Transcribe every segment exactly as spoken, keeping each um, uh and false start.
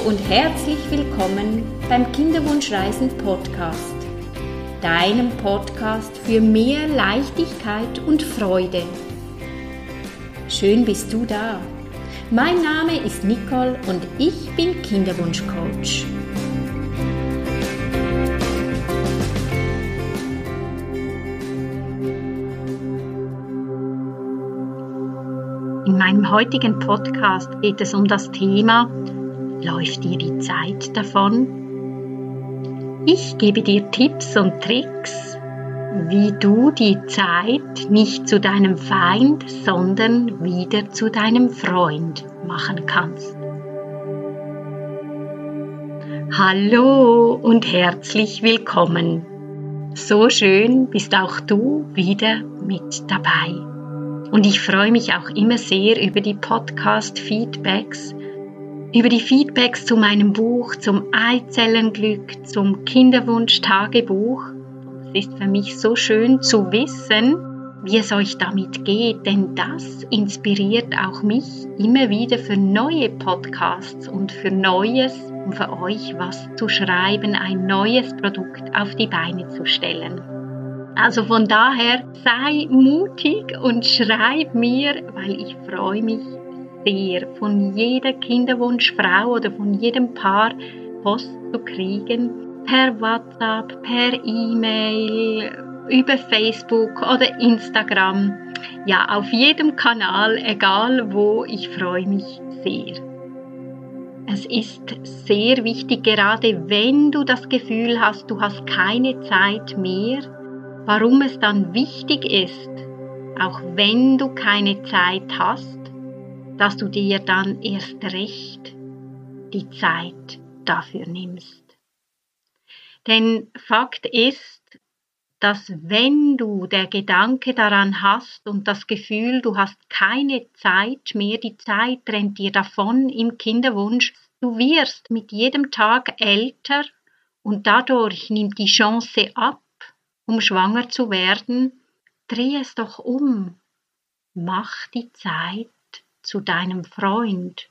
und herzlich willkommen beim Kinderwunschreisen Podcast, deinem Podcast für mehr Leichtigkeit und Freude. Schön bist du da. Mein Name ist Nicole und ich bin Kinderwunschcoach. In meinem heutigen Podcast geht es um das Thema: Läuft dir die Zeit davon? Ich gebe dir Tipps und Tricks, wie du die Zeit nicht zu deinem Feind, sondern wieder zu deinem Freund machen kannst. Hallo und herzlich willkommen. So schön bist auch du wieder mit dabei. Und ich freue mich auch immer sehr über die Podcast-Feedbacks, über die Feedbacks zu meinem Buch, zum Eizellenglück, zum Kinderwunsch-Tagebuch. Es ist für mich so schön zu wissen, wie es euch damit geht, denn das inspiriert auch mich immer wieder für neue Podcasts und für Neues, um für euch was zu schreiben, ein neues Produkt auf die Beine zu stellen. Also von daher, sei mutig und schreib mir, weil ich freue mich sehr, von jeder Kinderwunschfrau oder von jedem Paar Post zu kriegen, per WhatsApp, per E-Mail, über Facebook oder Instagram. Ja, auf jedem Kanal, egal wo, ich freue mich sehr. Es ist sehr wichtig, gerade wenn du das Gefühl hast, du hast keine Zeit mehr, warum es dann wichtig ist, auch wenn du keine Zeit hast, dass du dir dann erst recht die Zeit dafür nimmst. Denn Fakt ist, dass wenn du der Gedanke daran hast und das Gefühl, du hast keine Zeit mehr, die Zeit rennt dir davon im Kinderwunsch, du wirst mit jedem Tag älter und dadurch nimmt die Chance ab, um schwanger zu werden, dreh es doch um. Mach die Zeit zu deinem Freund.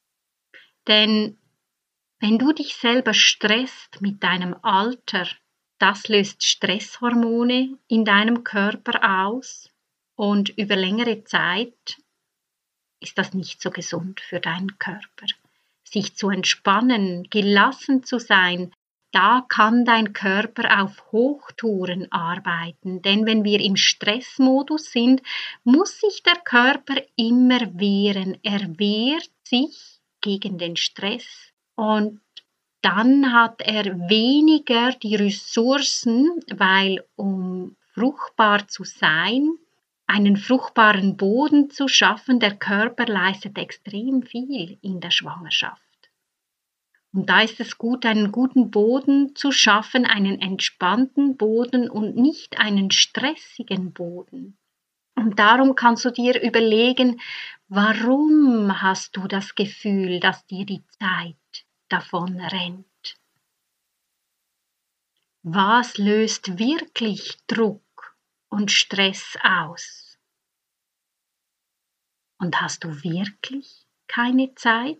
Denn wenn du dich selber stresst mit deinem Alter, das löst Stresshormone in deinem Körper aus und über längere Zeit ist das nicht so gesund für deinen Körper. Sich zu entspannen, gelassen zu sein, da kann dein Körper auf Hochtouren arbeiten, denn wenn wir im Stressmodus sind, muss sich der Körper immer wehren. Er wehrt sich gegen den Stress und dann hat er weniger die Ressourcen, weil um fruchtbar zu sein, einen fruchtbaren Boden zu schaffen, der Körper leistet extrem viel in der Schwangerschaft. Und da ist es gut, einen guten Boden zu schaffen, einen entspannten Boden und nicht einen stressigen Boden. Und darum kannst du dir überlegen, warum hast du das Gefühl, dass dir die Zeit davon rennt? Was löst wirklich Druck und Stress aus? Und hast du wirklich keine Zeit?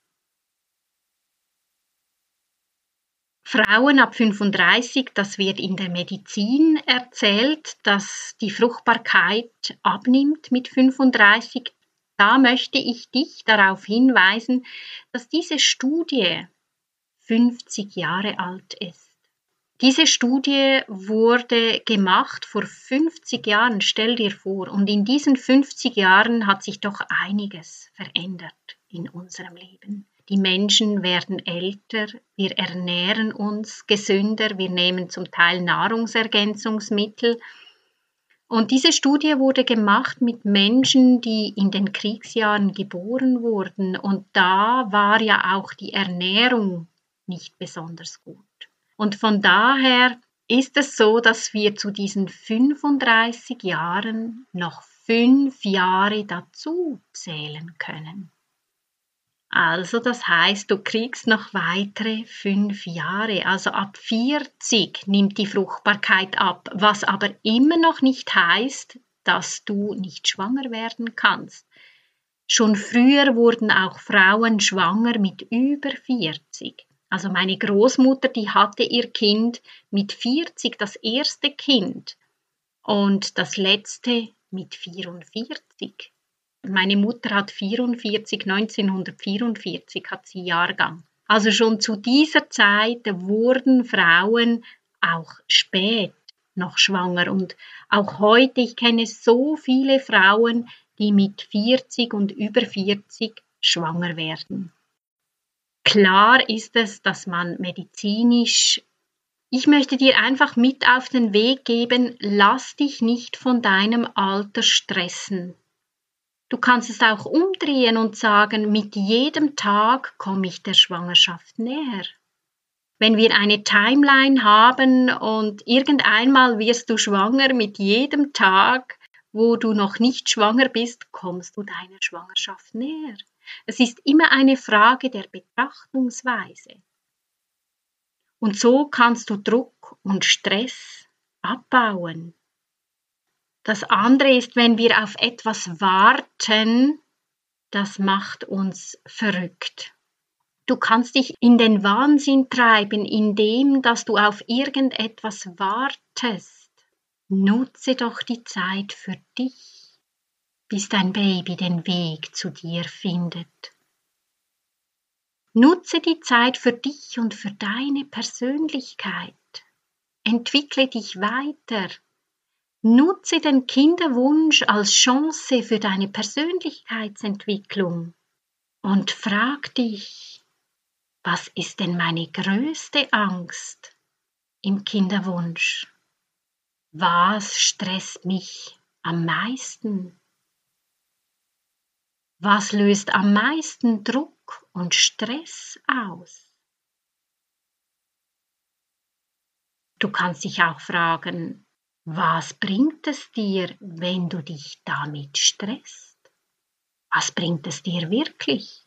Frauen ab fünfunddreißig, das wird in der Medizin erzählt, dass die Fruchtbarkeit abnimmt mit fünfunddreißig. Da möchte ich dich darauf hinweisen, dass diese Studie fünfzig Jahre alt ist. Diese Studie wurde gemacht vor fünfzig Jahren, stell dir vor, und in diesen fünfzig Jahren hat sich doch einiges verändert in unserem Leben. Die Menschen werden älter, wir ernähren uns gesünder, wir nehmen zum Teil Nahrungsergänzungsmittel. Und diese Studie wurde gemacht mit Menschen, die in den Kriegsjahren geboren wurden. Und da war ja auch die Ernährung nicht besonders gut. Und von daher ist es so, dass wir zu diesen fünfunddreißig Jahren noch fünf Jahre dazu zählen können. Also das heißt, du kriegst noch weitere fünf Jahre, also ab vierzig nimmt die Fruchtbarkeit ab, was aber immer noch nicht heißt, dass du nicht schwanger werden kannst. Schon früher wurden auch Frauen schwanger mit über vierzig. Also meine Großmutter, die hatte ihr Kind mit vierzig, das erste Kind, und das letzte mit vierundvierzig. Meine Mutter hat vierundvierzig, neunzehnhundertvierundvierzig hat sie Jahrgang. Also schon zu dieser Zeit wurden Frauen auch spät noch schwanger. Und auch heute, ich kenne so viele Frauen, die mit vierzig und über vierzig schwanger werden. Klar ist es, dass man medizinisch, ich möchte dir einfach mit auf den Weg geben, lass dich nicht von deinem Alter stressen. Du kannst es auch umdrehen und sagen, mit jedem Tag komme ich der Schwangerschaft näher. Wenn wir eine Timeline haben und irgendeinmal wirst du schwanger, mit jedem Tag, wo du noch nicht schwanger bist, kommst du deiner Schwangerschaft näher. Es ist immer eine Frage der Betrachtungsweise. Und so kannst du Druck und Stress abbauen. Das andere ist, wenn wir auf etwas warten, das macht uns verrückt. Du kannst dich in den Wahnsinn treiben, indem dass du auf irgendetwas wartest. Nutze doch die Zeit für dich, bis dein Baby den Weg zu dir findet. Nutze die Zeit für dich und für deine Persönlichkeit. Entwickle dich weiter. Nutze den Kinderwunsch als Chance für deine Persönlichkeitsentwicklung und frag dich, was ist denn meine größte Angst im Kinderwunsch? Was stresst mich am meisten? Was löst am meisten Druck und Stress aus? Du kannst dich auch fragen, was bringt es dir, wenn du dich damit stresst? Was bringt es dir wirklich?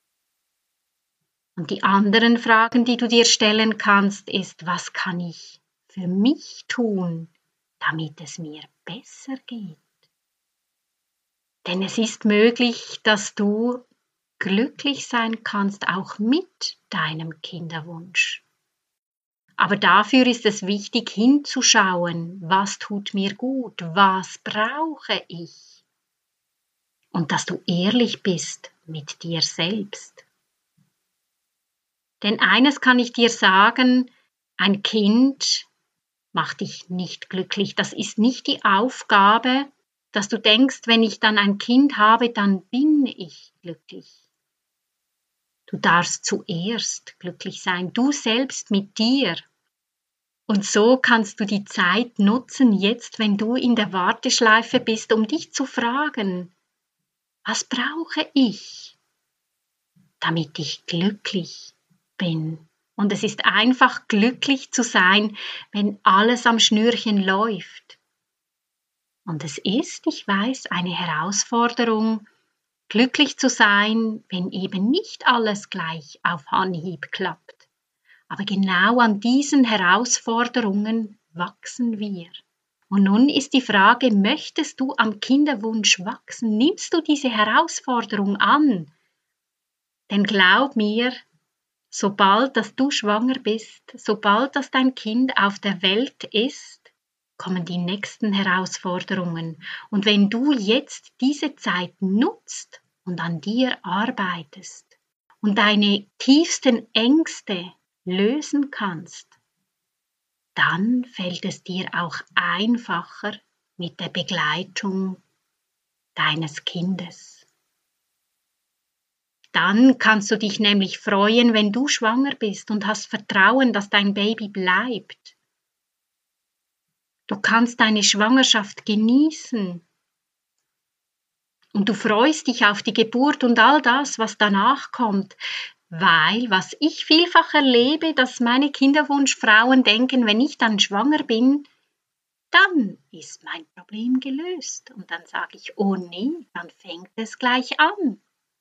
Und die anderen Fragen, die du dir stellen kannst, ist, was kann ich für mich tun, damit es mir besser geht? Denn es ist möglich, dass du glücklich sein kannst, auch mit deinem Kinderwunsch. Aber dafür ist es wichtig, hinzuschauen, was tut mir gut, was brauche ich? Und dass du ehrlich bist mit dir selbst. Denn eines kann ich dir sagen, ein Kind macht dich nicht glücklich. Das ist nicht die Aufgabe, dass du denkst, wenn ich dann ein Kind habe, dann bin ich glücklich. Du darfst zuerst glücklich sein, du selbst mit dir. Und so kannst du die Zeit nutzen, jetzt, wenn du in der Warteschleife bist, um dich zu fragen, was brauche ich, damit ich glücklich bin? Und es ist einfach glücklich zu sein, wenn alles am Schnürchen läuft. Und es ist, ich weiß, eine Herausforderung, glücklich zu sein, wenn eben nicht alles gleich auf Anhieb klappt. Aber genau an diesen Herausforderungen wachsen wir. Und nun ist die Frage, möchtest du am Kinderwunsch wachsen? Nimmst du diese Herausforderung an? Denn glaub mir, sobald dass du schwanger bist, sobald dass dein Kind auf der Welt ist, kommen die nächsten Herausforderungen. Und wenn du jetzt diese Zeit nutzt und an dir arbeitest und deine tiefsten Ängste lösen kannst, dann fällt es dir auch einfacher mit der Begleitung deines Kindes. Dann kannst du dich nämlich freuen, wenn du schwanger bist und hast Vertrauen, dass dein Baby bleibt. Du kannst deine Schwangerschaft genießen und du freust dich auf die Geburt und all das, was danach kommt, weil, was ich vielfach erlebe, dass meine Kinderwunschfrauen denken, wenn ich dann schwanger bin, dann ist mein Problem gelöst. Und dann sage ich, oh nee, dann fängt es gleich an.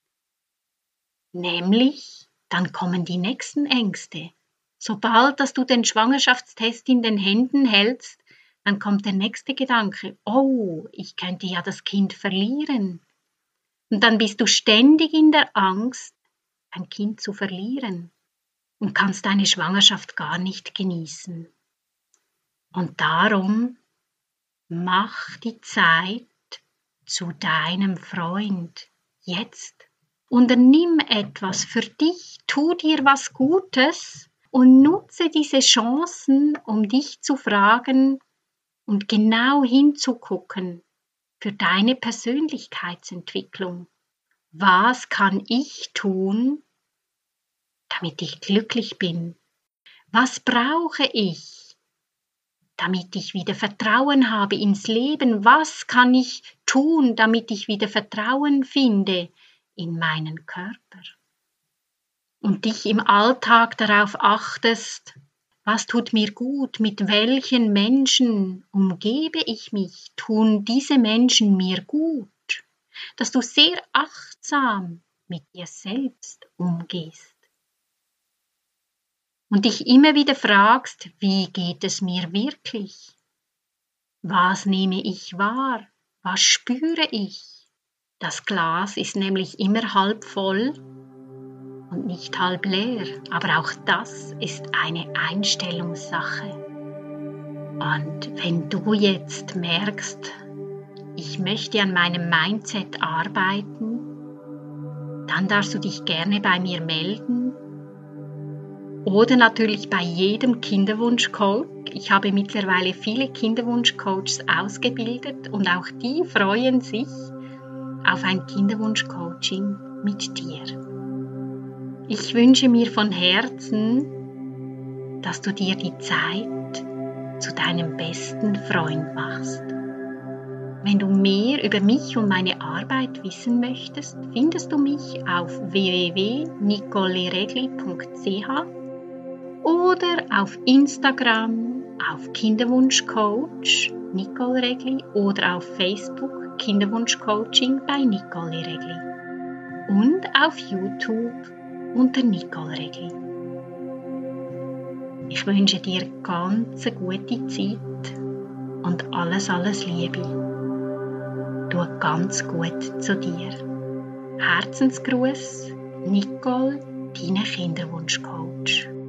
Nämlich, dann kommen die nächsten Ängste. Sobald, dass du den Schwangerschaftstest in den Händen hältst, dann kommt der nächste Gedanke, oh, ich könnte ja das Kind verlieren. Und dann bist du ständig in der Angst, ein Kind zu verlieren und kannst deine Schwangerschaft gar nicht genießen. Und darum mach die Zeit zu deinem Freund jetzt. Unternimm etwas für dich, tu dir was Gutes und nutze diese Chancen, um dich zu fragen und genau hinzugucken für deine Persönlichkeitsentwicklung. Was kann ich tun, damit ich glücklich bin? Was brauche ich, damit ich wieder Vertrauen habe ins Leben? Was kann ich tun, damit ich wieder Vertrauen finde in meinen Körper? Und dich im Alltag darauf achtest, was tut mir gut, mit welchen Menschen umgebe ich mich, tun diese Menschen mir gut, dass du sehr achtsam mit dir selbst umgehst und dich immer wieder fragst, wie geht es mir wirklich? Was nehme ich wahr? Was spüre ich? Das Glas ist nämlich immer halb voll und nicht halb leer, aber auch das ist eine Einstellungssache. Und wenn du jetzt merkst, ich möchte an meinem Mindset arbeiten, dann darfst du dich gerne bei mir melden oder natürlich bei jedem Kinderwunschcoach. Ich habe mittlerweile viele Kinderwunschcoaches ausgebildet und auch die freuen sich auf ein Kinderwunschcoaching mit dir. Ich wünsche mir von Herzen, dass du dir die Zeit zu deinem besten Freund machst. Wenn du mehr über mich und meine Arbeit wissen möchtest, findest du mich auf w w w punkt nicole regli punkt c h oder auf Instagram auf Kinderwunschcoach Nicole Regli oder auf Facebook Kinderwunschcoaching bei Nicole Regli und auf YouTube unter Nicole Regli. Ich wünsche dir ganz eine gute Zeit und alles, alles Liebe. Tu ganz gut zu dir. Herzensgruß, Nicole, deine Kinderwunschcoach.